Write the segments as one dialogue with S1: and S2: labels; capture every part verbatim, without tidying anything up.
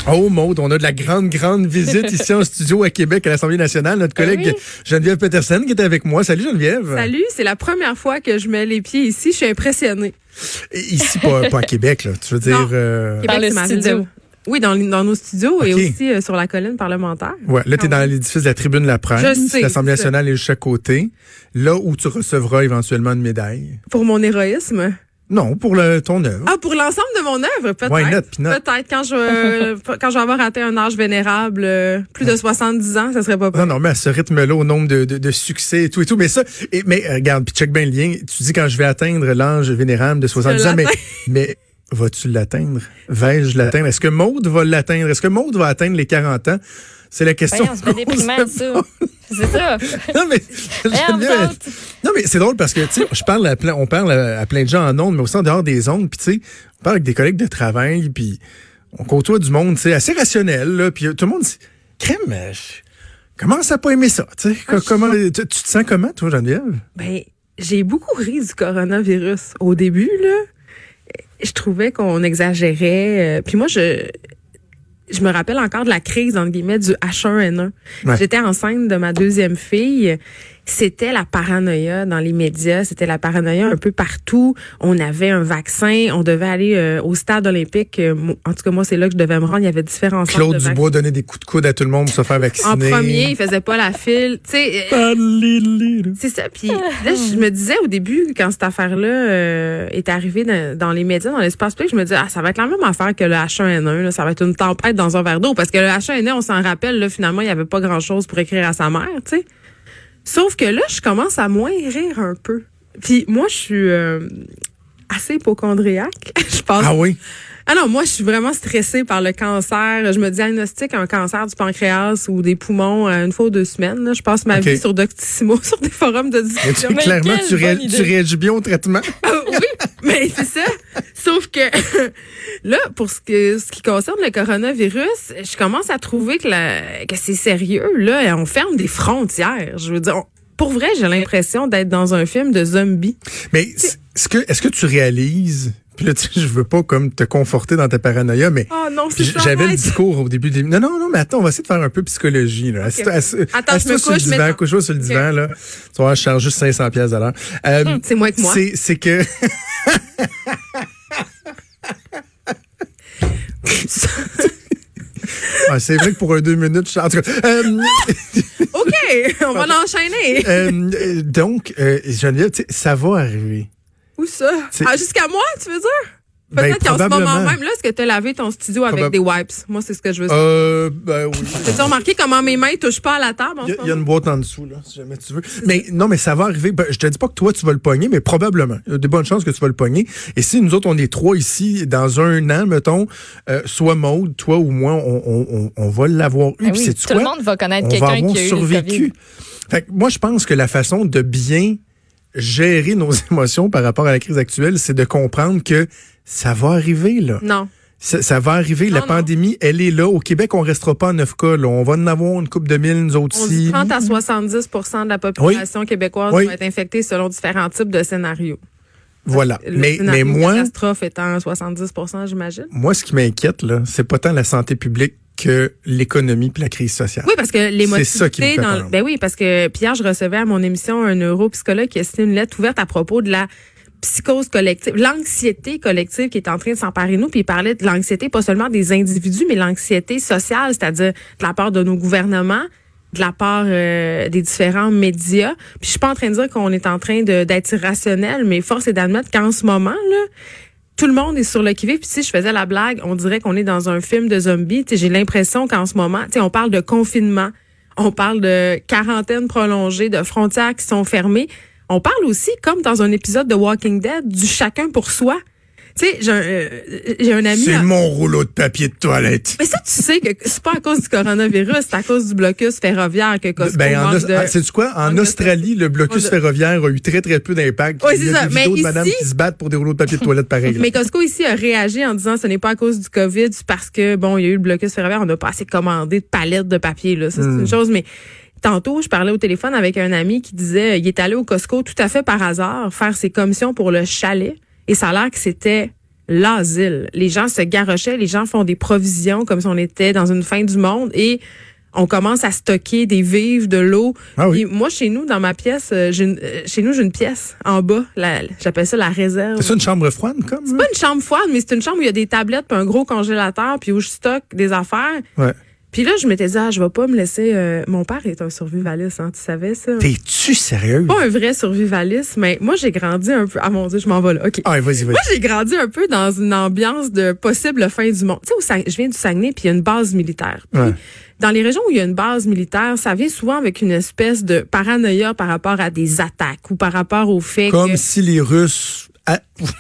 S1: Oh, Maude, on a de la grande, grande visite ici en studio à Québec, à l'Assemblée nationale. Notre collègue oui. Geneviève Peterson qui est avec moi. Salut Geneviève.
S2: Salut, c'est la première fois que je mets les pieds ici. Je suis impressionnée.
S1: Ici, pas, pas à Québec, là. Tu veux dire...
S2: Non,
S1: euh...
S2: Québec,
S3: dans le studio.
S2: De... Oui, dans, dans nos studios
S1: okay.
S2: et aussi euh, sur la colline parlementaire.
S1: Ouais, là, tu es dans l'édifice de la Tribune La Presse. L'Assemblée nationale est juste à côté. Là où tu recevras éventuellement une médaille.
S2: Pour mon héroïsme?
S1: Non, pour le, ton œuvre.
S2: Ah, pour l'ensemble de mon œuvre, peut-être.
S1: Why not, peanut?
S2: Peut-être. Quand je, euh, quand je vais avoir atteint un âge vénérable, euh, plus de soixante-dix ans, ça serait pas possible.
S1: Non, non, mais à ce rythme-là, au nombre de, de, de succès et tout et tout. Mais ça, et, mais regarde, puis check bien le lien. Tu dis quand je vais atteindre l'âge vénérable de soixante-dix ans, mais, mais vas-tu l'atteindre? Vais-je l'atteindre? Est-ce que Maude va l'atteindre? Est-ce que Maude va atteindre les quarante ans? C'est la question.
S3: Voyons, c'est pas déprimant, ça. C'est ça.
S1: Non, mais,
S3: Voyons,
S1: bien, non, mais c'est drôle parce que, tu sais, je parle à plein, on parle à, à plein de gens en ondes, mais aussi en dehors des ondes, puis tu sais, on parle avec des collègues de travail, puis on côtoie du monde, tu sais, assez rationnel, là, puis tout le monde dit, crème, je commence à pas aimer ça, tu sais. Ah, comment, tu, tu te sens comment, toi, Geneviève?
S2: Ben, j'ai beaucoup ri du coronavirus. Au début, là, je trouvais qu'on exagérait. Euh, puis moi, je... Je me rappelle encore de la crise, entre guillemets, du H un N un. Ouais. J'étais enceinte de ma deuxième fille. C'était la paranoïa dans les médias. C'était la paranoïa un peu partout. On avait un vaccin. On devait aller euh, au stade olympique. En tout cas, moi, c'est là que je devais me rendre. Il y avait différents centres
S1: Claude
S2: de
S1: Dubois donnait des coups de coude à tout le monde pour se faire vacciner.
S2: En premier, il faisait pas la file. Tu sais, c'est ça. Puis là, je me disais au début, quand cette affaire-là euh, est arrivée dans, dans les médias, dans l'espace public, je me disais, ah, ça va être la même affaire que le H un N un. Là. Ça va être une tempête dans un verre d'eau. Parce que le H un N un, on s'en rappelle, là, finalement, il y avait pas grand-chose pour écrire à sa mère, tu sais. Sauf que là, je commence à moins rire un peu. Puis moi, je suis euh, assez hypochondriaque, je pense.
S1: Ah oui?
S2: Ah non, moi, je suis vraiment stressée par le cancer. Je me diagnostique un cancer du pancréas ou des poumons une fois ou deux semaines. Là. Je passe ma okay. vie sur Doctissimo, sur des forums de discussion.
S1: Mais tu, clairement, tu, ré, tu réagis bien au traitement.
S2: Ah, oui, mais c'est ça. Sauf que là, pour ce, que, ce qui concerne le coronavirus, je commence à trouver que, la, que c'est sérieux. Là, on ferme des frontières. Je veux dire, on, pour vrai, j'ai l'impression d'être dans un film de zombies.
S1: Mais est-ce que, est-ce que tu réalises... Puis là, tu sais, je veux pas comme te conforter dans ta paranoïa, mais
S2: oh non, c'est ça,
S1: j'avais
S2: ouais.
S1: le discours au début des... Non, non, non, mais attends, on va essayer de faire un peu psychologie. Là.
S2: Okay.
S1: Assis, assis,
S2: attends, je me
S1: sur
S2: couche,
S1: le divan, couche-toi sur le
S2: okay.
S1: divan, là. Tu vois, je charge juste cinq cents piastres à l'heure. Euh,
S2: hum, c'est moins que moi.
S1: C'est, c'est que... ah, c'est vrai que pour un deux minutes, je... en tout cas... Euh...
S2: OK, on va l'enchaîner.
S1: euh, donc, euh, Geneviève, ça va arriver.
S2: Où ça? Ah, jusqu'à moi, tu veux dire? Peut-être
S1: ben,
S2: qu'en ce moment même, là, est-ce que tu as lavé ton studio avec Probab... des wipes? Moi, c'est ce que je veux savoir.
S1: Euh, ben oui.
S2: As-tu remarqué comment mes mains touchent pas à la table?
S1: Il y, y a une boîte en dessous, là, si jamais tu veux. Mais non, mais ça va arriver. Ben, je te dis pas que toi, tu vas le pogner, mais probablement. Il y a des bonnes chances que tu vas le pogner. Et si nous autres, on est trois ici, dans un an, mettons, euh, soit Maude, toi ou moi, on, on, on, on va l'avoir eu.
S3: Ah oui,
S1: c'est
S3: tout
S1: quoi?
S3: le monde va connaître
S1: on
S3: quelqu'un
S1: va avoir
S3: qui a
S1: survécu.
S3: eu le
S1: Fait que moi, je pense que la façon de bien gérer nos émotions par rapport à la crise actuelle, c'est de comprendre que ça va arriver, là.
S2: Non.
S1: Ça, ça va arriver.
S2: Non,
S1: la
S2: non.
S1: pandémie, elle est là. Au Québec, on restera pas en neuf cas, là. On va en avoir une couple de mille, nous autres
S2: on
S1: aussi.
S2: dit trente à soixante-dix pour cent de la population oui. québécoise
S1: oui.
S2: va être infectée selon différents types de scénarios.
S1: Voilà.
S2: Le
S1: mais, mais moi.
S2: La catastrophe étant soixante-dix pour cent, j'imagine.
S1: Moi, ce qui m'inquiète, là, c'est pas tant la santé publique que l'économie puis la crise sociale.
S2: Oui, parce que l'émotivité...
S1: C'est ça qui me fait
S2: dans,
S1: peur.
S2: Ben oui, parce que Pierre, je recevais à mon émission un neuropsychologue qui a signé une lettre ouverte à propos de la psychose collective, l'anxiété collective qui est en train de s'emparer de nous, puis il parlait de l'anxiété pas seulement des individus, mais l'anxiété sociale, c'est-à-dire de la part de nos gouvernements, de la part euh, des différents médias. Puis je suis pas en train de dire qu'on est en train de, d'être irrationnel, mais force est d'admettre qu'en ce moment, là, tout le monde est sur le qui-vive. Puis si je faisais la blague, on dirait qu'on est dans un film de zombies. T'sais, j'ai l'impression qu'en ce moment, t'sais, on parle de confinement, on parle de quarantaine prolongée, de frontières qui sont fermées. On parle aussi, comme dans un épisode de Walking Dead, du chacun pour soi. Tu sais, j'ai un, euh, j'ai un ami...
S1: C'est
S2: à...
S1: mon rouleau de papier de toilette.
S2: Mais ça, tu sais que c'est pas à cause du coronavirus, c'est à cause du blocus ferroviaire que Costco
S1: ben, en
S2: manque
S1: Os-
S2: de...
S1: ah, sais-tu quoi? En, en Australie, le blocus de... ferroviaire a eu très, très peu d'impact.
S2: Oui,
S1: Il y a
S2: ça.
S1: des
S2: Mais
S1: vidéos
S2: ici...
S1: de madame qui se battent pour des rouleaux de papier de toilette pareil.
S2: Mais Costco ici a réagi en disant ce n'est pas à cause du COVID, c'est parce que, bon, il y a eu le blocus ferroviaire, on n'a pas assez commandé de palettes de papier, là. Ça, c'est mm. une chose, mais... Tantôt, je parlais au téléphone avec un ami qui disait il est allé au Costco tout à fait par hasard faire ses commissions pour le chalet et ça a l'air que c'était l'asile. Les gens se garrochaient, les gens font des provisions comme si on était dans une fin du monde et on commence à stocker des vivres, de l'eau.
S1: Ah oui.
S2: Et moi, chez nous, dans ma pièce, euh, j'ai une, euh, chez nous, j'ai une pièce en bas. La, j'appelle ça la réserve.
S1: C'est ça une chambre froide, comme?
S2: C'est pas une chambre froide, mais c'est une chambre où il y a des tablettes puis un gros congélateur puis où je stocke des affaires.
S1: Ouais.
S2: Puis là, je m'étais dit, ah, je vais pas me laisser... Euh, mon père est un survivaliste, hein, tu savais ça?
S1: T'es-tu sérieux?
S2: Pas un vrai survivaliste, mais moi, j'ai grandi un peu... Ah mon Dieu, je m'en vais là, OK.
S1: Ah, vas-y, vas-y.
S2: Moi, j'ai grandi un peu dans une ambiance de possible fin du monde. Tu sais, au Sang- je viens du Saguenay, puis il y a une base militaire. Puis,
S1: Ouais.
S2: dans les régions où il y a une base militaire, ça vient souvent avec une espèce de paranoïa par rapport à des attaques ou par rapport au fait
S1: Comme
S2: que...
S1: si les Russes... a-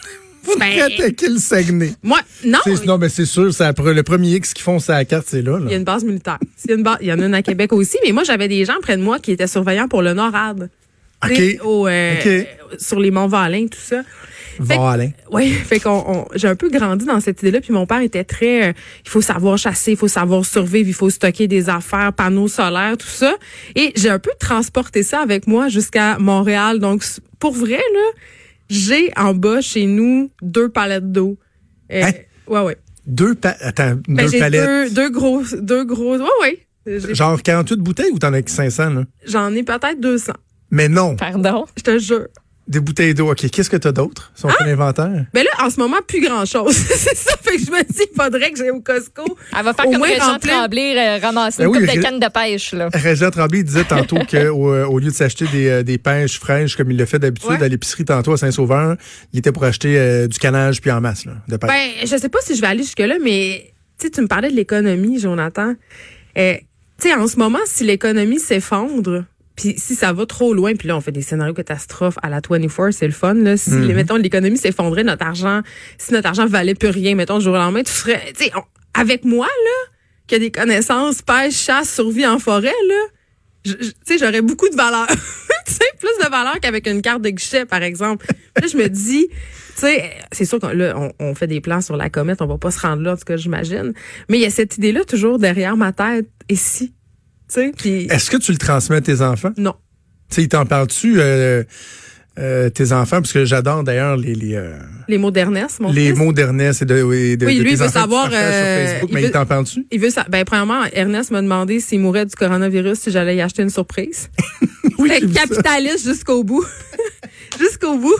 S2: Ben,
S1: attaquaient le Saguenay.
S2: Moi, non,
S1: C'est- non, mais c'est sûr, c'est après- le premier X qu'ils font sur la carte, c'est là. là.
S2: il y a une base militaire. Il y, a une base, il y en a une à Québec aussi, mais moi, j'avais des gens près de moi qui étaient surveillants pour le NORAD.
S1: OK.
S2: Tu sais, Au, euh,
S1: OK.
S2: Sur les monts Valin, tout ça. Fait que-
S1: Valin.
S2: Oui, fait qu'on on- j'ai un peu grandi dans cette idée-là, puis mon père était très euh, il faut savoir chasser, il faut savoir survivre, il faut stocker des affaires, panneaux solaires, tout ça. Et j'ai un peu transporté ça avec moi jusqu'à Montréal. Donc c- pour vrai là, j'ai en bas chez nous deux palettes d'eau. Euh,
S1: Hein?
S2: Ouais ouais.
S1: Deux, pa- Attends,
S2: Ben,
S1: deux
S2: j'ai
S1: palettes.
S2: deux, deux gros deux gros. Ouais ouais. J'ai-
S1: Genre quarante-huit bouteilles ou t'en as que cinq cents, là?
S2: J'en ai peut-être deux cents.
S1: Mais non.
S3: Pardon?
S2: Je te jure.
S1: Des bouteilles d'eau. OK, qu'est-ce que t'as d'autre? Si on fait l'inventaire.
S2: Ben là, en ce moment, plus grand-chose. C'est ça. Fait que je me dis, il faudrait que j'aille au Costco.
S3: Elle va faire
S2: Au
S3: comme
S2: moins
S3: Régent
S2: remplir-
S3: Tremblay, euh, ramasser
S1: Ben
S3: une
S1: oui,
S3: coupe de
S1: Ré-
S3: canne de pêche, là.
S1: Régent Tremblay disait tantôt qu'au au lieu de s'acheter des, euh, des pêches fraîches comme il le fait d'habitude
S2: Ouais.
S1: à l'épicerie tantôt à Saint-Sauveur, il était pour acheter euh, du canage puis en masse, là, de pêche.
S2: Ben, je sais pas si je vais aller jusque-là, mais tu sais, tu me parlais de l'économie, Jonathan. Euh, tu sais, en ce moment, si l'économie s'effondre, puis si ça va trop loin, puis là, on fait des scénarios catastrophes à la vingt-quatre, c'est le fun, là. Si,
S1: Mhm.
S2: mettons, l'économie s'effondrait, notre argent, si notre argent valait plus rien, mettons, du jour au lendemain, tu serais, tu sais, on- avec moi, là, qui a des connaissances, pêche, chasse, survie en forêt, là, je- je- tu sais, j'aurais beaucoup de valeur. Tu sais, plus de valeur qu'avec une carte de guichet, par exemple. Puis là, je me dis, tu sais, c'est sûr qu'on là, on, on fait des plans sur la comète, on va pas se rendre là, en tout cas, j'imagine. Mais il y a cette idée-là toujours derrière ma tête, et si? Tu sais, puis
S1: Est-ce que tu le transmets à tes enfants?
S2: non.
S1: Tu sais, ils t'en parlent-tu, euh, euh, tes enfants? Parce que j'adore d'ailleurs les, les, euh,
S2: Les mots d'Ernest, mon
S1: les
S2: fils.
S1: mots d'Ernest et de, et de,
S2: Oui,
S1: de
S2: lui,
S1: tes
S2: il veut
S1: enfants que tu
S2: savoir,
S1: partages
S2: euh,
S1: sur Facebook,
S2: il
S1: mais
S2: veut-
S1: ils t'en parlent-tu?
S2: Il veut ça. Ben, premièrement, Ernest m'a demandé s'il mourait du coronavirus, si j'allais y acheter une surprise.
S1: Oui,
S2: Fait
S1: j'ai vu ça.
S2: capitaliste jusqu'au bout. Jusqu'au bout.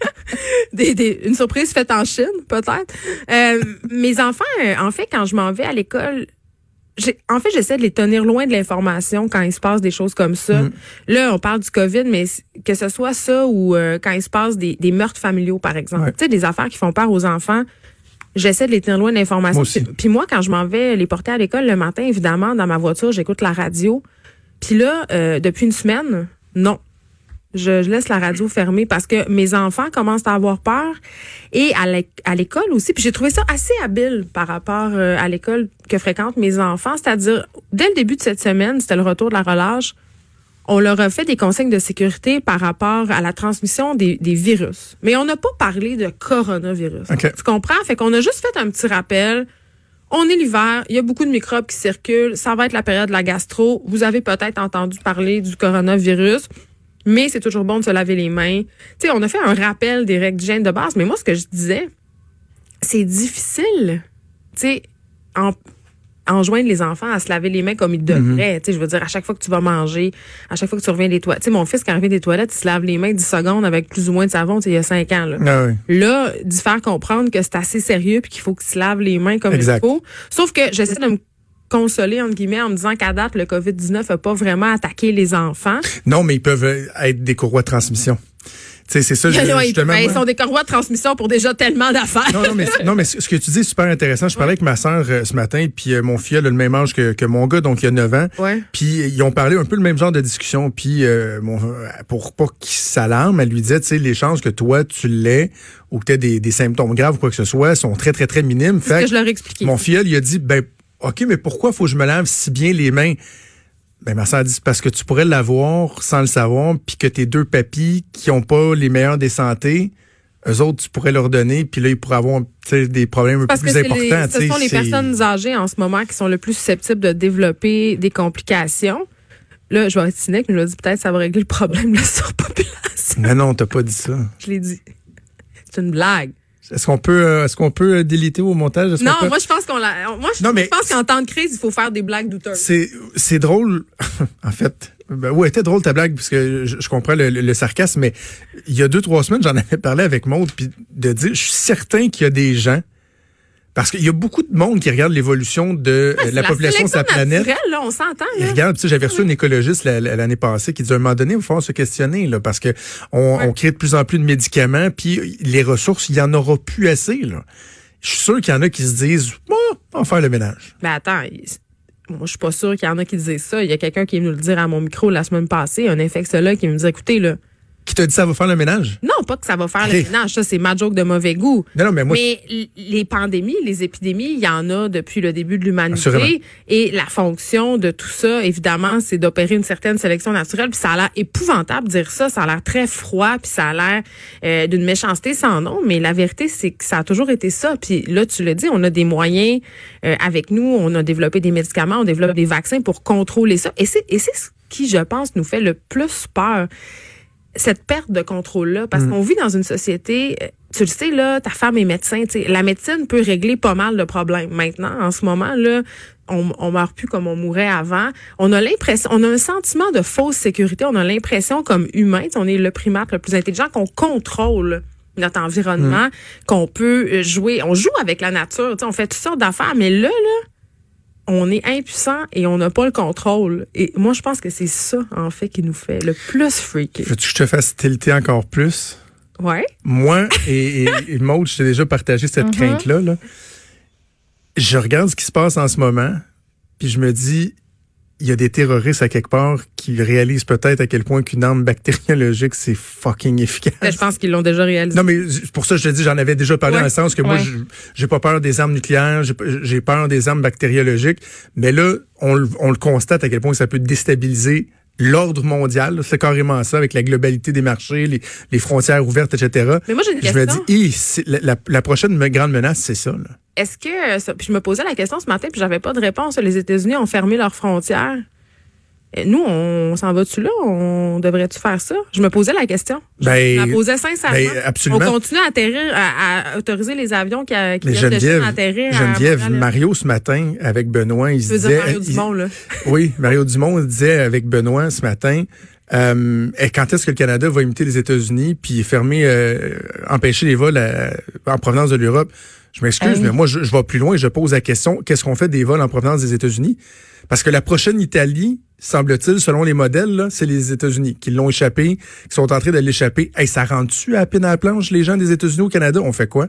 S2: des, des, une surprise faite en Chine, peut-être. Euh, mes enfants, euh, en fait, quand je m'en vais à l'école, j'ai, en fait, j'essaie de les tenir loin de l'information quand il se passe des choses comme ça.
S1: Mm.
S2: Là, on parle du COVID, mais c- que ce soit ça ou euh, quand il se passe des, des meurtres familiaux, par exemple.
S1: Ouais.
S2: Tu sais, des affaires qui font peur aux enfants. J'essaie de les tenir loin de l'information.
S1: Moi aussi.
S2: Puis, puis moi, quand je m'en vais les porter à l'école le matin, évidemment, dans ma voiture, j'écoute la radio. Puis là, euh, depuis une semaine, non. Je, je laisse la radio fermée parce que mes enfants commencent à avoir peur. Et à l'é- à l'école aussi. Puis j'ai trouvé ça assez habile par rapport euh, à l'école que fréquentent mes enfants. C'est-à-dire, dès le début de cette semaine, c'était le retour de la relâche, on leur a fait des consignes de sécurité par rapport à la transmission des, des virus. Mais on n'a pas parlé de coronavirus.
S1: OK.
S2: Tu comprends? Fait qu'on a juste fait un petit rappel. On est l'hiver, il y a beaucoup de microbes qui circulent, ça va être la période de la gastro. Vous avez peut-être entendu parler du coronavirus, mais c'est toujours bon de se laver les mains. Tu sais, on a fait un rappel des règles d'hygiène de base, mais moi, ce que je disais, c'est difficile, tu sais, en, enjoindre les enfants à se laver les mains comme ils devraient. Tu sais, je veux dire, à chaque fois que tu vas manger, à chaque fois que tu reviens des toilettes. Tu sais, mon fils, quand il revient des toilettes, il se lave les mains dix secondes avec plus ou moins de savon, tu sais, il y a cinq ans, là.
S1: Ah oui.
S2: Là, d'y faire comprendre que c'est assez sérieux puis qu'il faut qu'il se lave les mains comme
S1: Exact.
S2: il faut. Sauf que j'essaie de me consoler, entre guillemets, en me disant qu'à date, le covid dix-neuf n'a pas vraiment attaqué les enfants.
S1: Non, mais ils peuvent euh, être des courroies de transmission. Tu sais, c'est ça,
S2: Ils,
S1: justement.
S2: ben, ils
S1: moi-
S2: sont des courroies de transmission pour déjà tellement d'affaires.
S1: Non, non, mais, non, mais ce que tu dis est super intéressant. Je parlais avec ma sœur euh, ce matin, puis euh, mon filleul a le même âge que, que mon gars, donc il a neuf ans.
S2: Ouais.
S1: Puis ils ont parlé un peu le même genre de discussion. Puis euh, mon, pour pas qu'il s'alarme, elle lui disait, tu sais, les chances que toi, tu l'aies ou que tu aies des, des symptômes graves ou quoi que ce soit sont très, très, très minimes.
S2: C'est ce
S1: Fait
S2: que je leur ai expliqué.
S1: mon filleul, il a dit, ben, OK, mais pourquoi faut que je me lave si bien les mains? Ben, ma sœur a dit, c'est parce que tu pourrais l'avoir sans le savoir, puis que tes deux papis qui ont pas les meilleurs des santé, eux autres, tu pourrais leur donner, puis là, ils pourraient avoir tu sais, des problèmes un peu
S2: Parce que
S1: plus
S2: c'est
S1: importants.
S2: les, ce
S1: tu sais,
S2: sont les
S1: c'est-
S2: personnes âgées en ce moment qui sont le plus susceptibles de développer des complications. Là, je vais être cynique, mais je me dis peut-être que ça va régler le problème de la surpopulation.
S1: Non, non, t'as pas dit ça.
S2: Je l'ai dit. C'est une blague.
S1: Est-ce qu'on peut, euh, est-ce qu'on peut déliter au montage? Est-ce
S2: non,
S1: qu'on peut...
S2: moi, je pense qu'on l'a, moi, je,
S1: Non, mais
S2: je pense qu'en temps de crise, il faut faire des blagues douteuses.
S1: C'est, c'est drôle. En fait, ben, ouais, était drôle ta blague, parce que je, je comprends le, le, le sarcasme, mais il y a deux, trois semaines, j'en avais parlé avec Maud, puis de dire, je suis certain qu'il y a des gens, parce qu'il y a beaucoup de monde qui regarde l'évolution de
S2: ouais,
S1: euh, la,
S2: la
S1: population de sa planète.
S2: Là, on s'entend.
S1: Ils regardent, tu sais, j'avais reçu un écologiste la, la, l'année passée qui disait à un moment donné, il va falloir se questionner, là, parce que on, ouais. on crée de plus en plus de médicaments, puis les ressources, il y en aura plus assez, là. Je suis sûr qu'il y en a qui se disent, bon, on va faire le ménage.
S2: Ben attends, moi, je suis pas sûre qu'il y en a qui disaient ça. Il y a quelqu'un qui est venu le dire à mon micro la semaine passée, un infectiologue qui me dit, écoutez, là.
S1: Qui t'a dit ça va faire le ménage?
S2: Non, pas que ça va faire
S1: okay.
S2: le ménage. Ça, c'est ma joke de mauvais goût.
S1: Non, non, mais moi,
S2: mais les pandémies, les épidémies, il y en a depuis le début de l'humanité. Assurément. Et la fonction de tout ça, évidemment, c'est d'opérer une certaine sélection naturelle. Puis ça a l'air épouvantable de dire ça. Ça a l'air très froid. Puis ça a l'air euh, d'une méchanceté sans nom. Mais la vérité, c'est que ça a toujours été ça. Puis là, tu l'as dit, on a des moyens euh, avec nous. On a développé des médicaments. On développe des vaccins pour contrôler ça. Et c'est, et c'est ce qui, je pense, nous fait le plus peur. Cette perte de contrôle-là, parce mmh. qu'on vit dans une société, tu le sais, là, ta femme est médecin, tu sais, la médecine peut régler pas mal de problèmes. Maintenant, en ce moment, là, on, on meurt plus comme on mourait avant. On a l'impression, on a un sentiment de fausse sécurité, on a l'impression comme humain, on est le primate le plus intelligent, qu'on contrôle notre environnement, mmh. qu'on peut jouer, on joue avec la nature, tu sais, on fait toutes sortes d'affaires, mais là, là, on est impuissant et on n'a pas le contrôle. Et moi, je pense que c'est ça, en fait, qui nous fait le plus freaker.
S1: Veux-tu que je te fasse tilter encore plus?
S2: Ouais.
S1: Moi et, et, et Maud, je t'ai déjà partagé cette mm-hmm. crainte-là. Là. Je regarde ce qui se passe en ce moment, puis je me dis, il y a des terroristes à quelque part qui réalisent peut-être à quel point qu'une arme bactériologique, c'est fucking efficace.
S2: Je pense qu'ils l'ont déjà réalisé.
S1: Non, mais pour ça, je te dis, j'en avais déjà parlé
S2: ouais.
S1: dans le sens que
S2: ouais.
S1: moi, je, j'ai pas peur des armes nucléaires, j'ai, j'ai peur des armes bactériologiques. Mais là, on, on le constate à quel point ça peut déstabiliser l'ordre mondial. C'est carrément ça, avec la globalité des marchés, les, les frontières ouvertes, et cetera.
S2: Mais moi, j'ai une
S1: je
S2: question.
S1: me dis, hey, c'est, la, la, la prochaine grande menace, c'est ça, là.
S2: Est-ce que, puis je me posais la question ce matin, puis j'avais pas de réponse. Les États-Unis ont fermé leurs frontières. Et nous, on s'en va-tu là? On devrait-tu faire ça? Je me posais la question.
S1: Ben,
S2: je la posais sincèrement.
S1: Ben, absolument.
S2: On continue à atterrir, à, à autoriser les avions qui, qui viennent
S1: Geneviève,
S2: de atterrir.
S1: Geneviève,
S2: à
S1: Mario ce matin avec Benoît, il se disait.
S2: Mario Dumont, là.
S1: Oui, Mario Dumont disait avec Benoît ce matin. Euh, quand est-ce que le Canada va imiter les États-Unis puis fermer, euh, empêcher les vols à, en provenance de l'Europe? Je m'excuse, oui. mais moi, je, je vais plus loin et je pose la question, qu'est-ce qu'on fait des vols en provenance des États-Unis? Parce que la prochaine Italie, semble-t-il, selon les modèles, là, c'est les États-Unis qui l'ont échappé, qui sont en train de l'échapper. Hey, ça rentre-tu à peine à la planche, les gens des États-Unis au Canada? On fait quoi?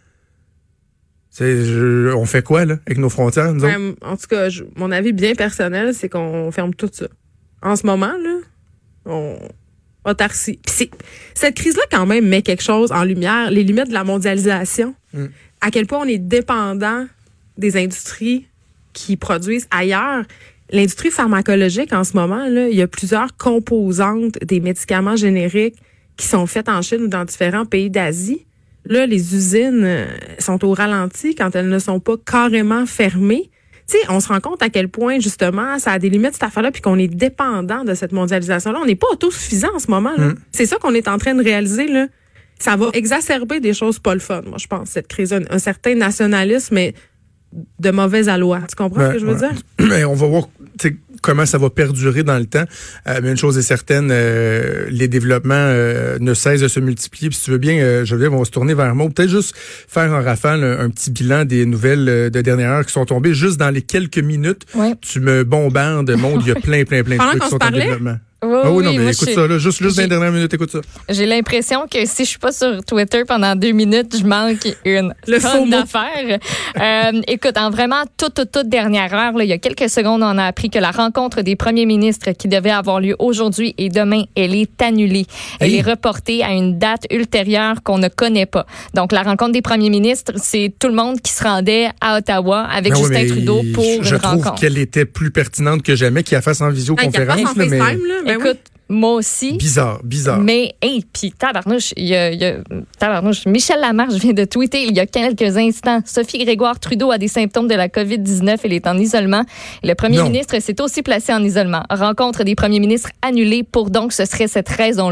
S1: C'est, je, on fait quoi, là, avec nos frontières, nous autres?
S2: Euh, en tout cas, je, mon avis bien personnel, c'est qu'on ferme tout ça. En ce moment, là, on... autarcie. Puis c'est, cette crise-là, quand même, met quelque chose en lumière, les limites de la mondialisation. Mm. À quel point on est dépendant des industries qui produisent ailleurs. L'industrie pharmacologique, en ce moment, là, il y a plusieurs composantes des médicaments génériques qui sont faites en Chine ou dans différents pays d'Asie. Là, les usines sont au ralenti quand elles ne sont pas carrément fermées. Tu sais, on se rend compte à quel point, justement, ça a des limites, cette affaire-là, puis qu'on est dépendant de cette mondialisation-là. On n'est pas autosuffisant en ce moment, là. Mm. C'est ça qu'on est en train de réaliser, là. Ça va exacerber des choses pas le fun, moi, je pense, cette crise. Un, un certain nationalisme, mais de mauvaise aloi. Tu comprends ouais, ce que je veux
S1: ouais.
S2: dire?
S1: Mais on va voir comment ça va perdurer dans le temps. Euh, mais une chose est certaine, euh, les développements euh, ne cessent de se multiplier. Puis si tu veux bien, euh, je veux dire, on va se tourner vers moi. Peut-être juste faire en rafale un, un petit bilan des nouvelles de dernière heure qui sont tombées juste dans les quelques minutes.
S2: Ouais.
S1: Tu me bombardes, monde, il y a plein, plein, plein de trucs qui sont en développement.
S3: Oui,
S1: ah oui, non,
S3: oui,
S1: mais
S3: moi,
S1: écoute
S3: je...
S1: ça, là, juste, juste dans les dernières minutes, écoute ça.
S3: J'ai l'impression que si je suis pas sur Twitter pendant deux minutes, je manque une tonne d'affaires. euh, écoute, en vraiment toute, toute, toute dernière heure, là, il y a quelques secondes, on a appris que la rencontre des premiers ministres qui devait avoir lieu aujourd'hui et demain, elle est annulée. Elle hey. est reportée à une date ultérieure qu'on ne connaît pas. Donc, la rencontre des premiers ministres, c'est tout le monde qui se rendait à Ottawa avec ben Justin oui, Trudeau pour
S1: je,
S3: une
S1: je
S3: rencontre.
S1: Je trouve qu'elle était plus pertinente que jamais, qu'il a fait en visioconférence.
S2: Ah,
S1: là, mais...
S2: FaceTime, là, ben
S3: écoute,
S2: oui.
S3: Moi aussi.
S1: Bizarre, bizarre.
S3: Mais, hey, puis tabarnouche, il y a, il y a, tabarnouche, Michel Lamarche vient de tweeter il y a quelques instants. Sophie Grégoire Trudeau a des symptômes de la covid dix-neuf. Elle est en isolement. Le premier
S1: non.
S3: ministre s'est aussi placé en isolement. Rencontre des premiers ministres annulée pour donc ce serait cette raison-là.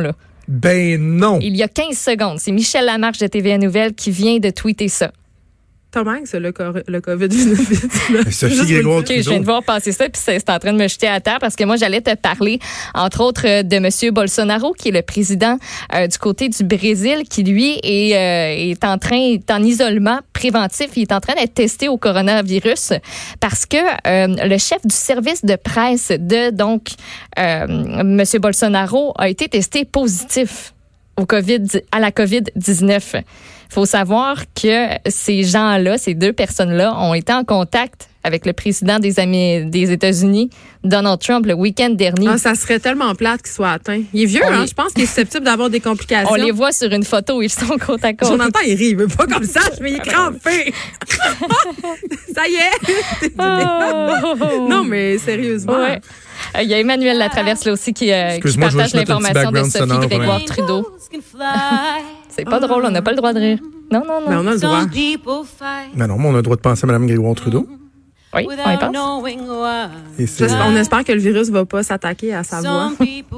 S1: Ben non.
S3: Il y a quinze secondes. C'est Michel Lamarche de T V A Nouvelles qui vient de tweeter ça.
S2: Tom Hanks, le, le covid dix-neuf.
S1: Sophie Grégoire Trudeau.
S3: Okay, je viens de voir passer ça, puis c'est en train de me jeter à terre parce que moi, j'allais te parler, entre autres, de M. Bolsonaro, qui est le président euh, du côté du Brésil, qui, lui, est, euh, est en train, est en isolement préventif. Il est en train d'être testé au coronavirus parce que euh, le chef du service de presse de, donc, euh, M. Bolsonaro a été testé positif au COVID, à la covid dix-neuf. Il faut savoir que ces gens-là, ces deux personnes-là, ont été en contact avec le président des, Amis, des États-Unis, Donald Trump, le week-end dernier.
S2: Ah, ça serait tellement plate qu'il soit atteint. Il est vieux, on hein? Les... Je pense qu'il est susceptible d'avoir des complications.
S3: On les voit sur une photo où ils sont côte à côte.
S2: Jonathan, il rit. Il veut pas comme ça, mais il est crampé. Ça y est. Oh. Non, mais sérieusement.
S3: Ouais. Il euh, y a Emmanuel Latraverse là aussi qui, euh, qui partage l'information de Sophie Grégoire Trudeau. C'est pas drôle, on n'a pas le droit de rire. Non, non, non.
S2: Mais on a le droit.
S1: Mais non, mais on a le droit de penser à Mme Grégoire Trudeau.
S3: Oui, on y pense.
S2: On espère que le virus va pas s'attaquer à sa voix.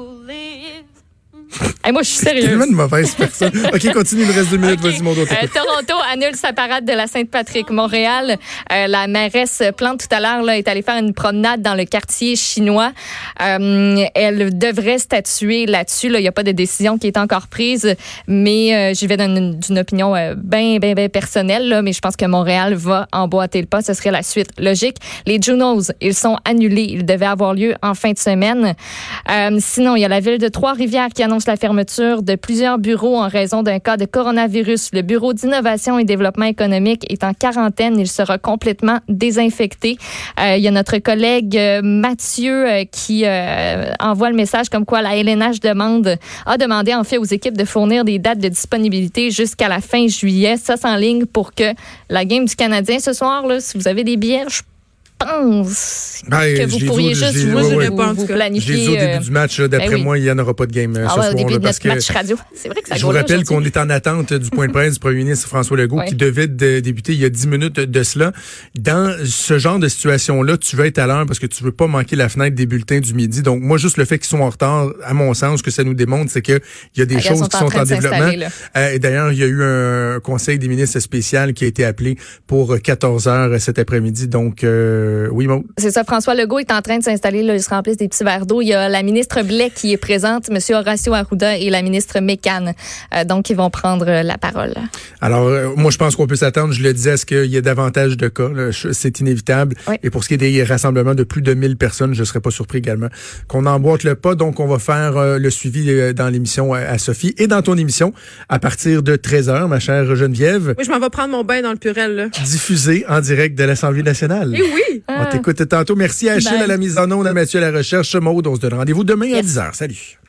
S3: Hey, moi, je suis sérieuse.
S1: Tellement de mauvaise personne. OK, continue, il me reste deux minutes. Okay. Vas-y, mon dos.
S3: Euh, Toronto annule sa parade de la Sainte-Patrick. Montréal, euh, la mairesse Plante, tout à l'heure, là, est allée faire une promenade dans le quartier chinois. Euh, elle devrait statuer là-dessus. Là. Il n'y a pas de décision qui est encore prise, mais euh, j'y vais d'une, d'une opinion euh, bien, bien, bien personnelle, là, mais je pense que Montréal va emboîter le pas. Ce serait la suite logique. Les Junos, ils sont annulés. Ils devaient avoir lieu en fin de semaine. Euh, sinon, il y a la ville de Trois-Rivières qui annonce la fermeture de plusieurs bureaux en raison d'un cas de coronavirus. Le bureau d'innovation et développement économique est en quarantaine. Il sera complètement désinfecté. Euh, il y a notre collègue euh, Mathieu euh, qui euh, envoie le message comme quoi la L N H demande, a demandé en fait aux équipes de fournir des dates de disponibilité jusqu'à la fin juillet. Ça s'enligne pour que la game du Canadien ce soir, là, si vous avez des billets, je pense
S1: ben,
S3: que vous pourriez juste vous,
S1: ouais, ouais.
S3: vous, vous planifier.
S1: J'ai dit au début euh... du match, là, d'après ben oui. moi, il n'y en aura pas de game euh,
S3: ah
S1: ce
S3: ouais,
S1: soir.
S3: Au début
S1: là,
S3: de
S1: parce
S3: notre
S1: que
S3: match radio. C'est vrai que ça
S1: je vous rappelle qu'on est en attente du point de presse du premier ministre François Legault oui. qui devait de débuter il y a dix minutes de cela. Dans ce genre de situation-là, tu veux être à l'heure parce que tu veux pas manquer la fenêtre des bulletins du midi. Donc, moi, juste le fait qu'ils sont en retard, à mon sens, ce que ça nous démontre, c'est qu'il y a des ah, choses qui sont en, en développement. Euh, et d'ailleurs, il y a eu un conseil des ministres spécial qui a été appelé pour quatorze heures cet après-midi. Donc, euh, oui, Maud.
S3: C'est ça, François Legault est en train de s'installer, là, il se remplissent des petits verres d'eau. Il y a la ministre Blais qui est présente, M. Horacio Arruda et la ministre Mécan. Euh, donc, ils vont prendre la parole.
S1: Alors, euh, moi, je pense qu'on peut s'attendre, je le disais, à ce qu'il y ait davantage de cas. Là, c'est inévitable. Oui. Et pour ce qui est des rassemblements de plus de mille personnes, je ne serais pas surpris également qu'on emboîte le pas. Donc, on va faire euh, le suivi euh, dans l'émission à, à Sophie et dans ton émission à partir de treize heures, ma chère Geneviève.
S2: Oui, je m'en vais prendre mon bain dans le Purel, là.
S1: Diffusé en direct de l'Assemblée nationale.
S2: Et oui!
S1: On t'écoute tantôt. Merci à Achille à la mise en onde, à Mathieu à la recherche. Maud, on se donne rendez-vous demain yes. à dix heures. Salut.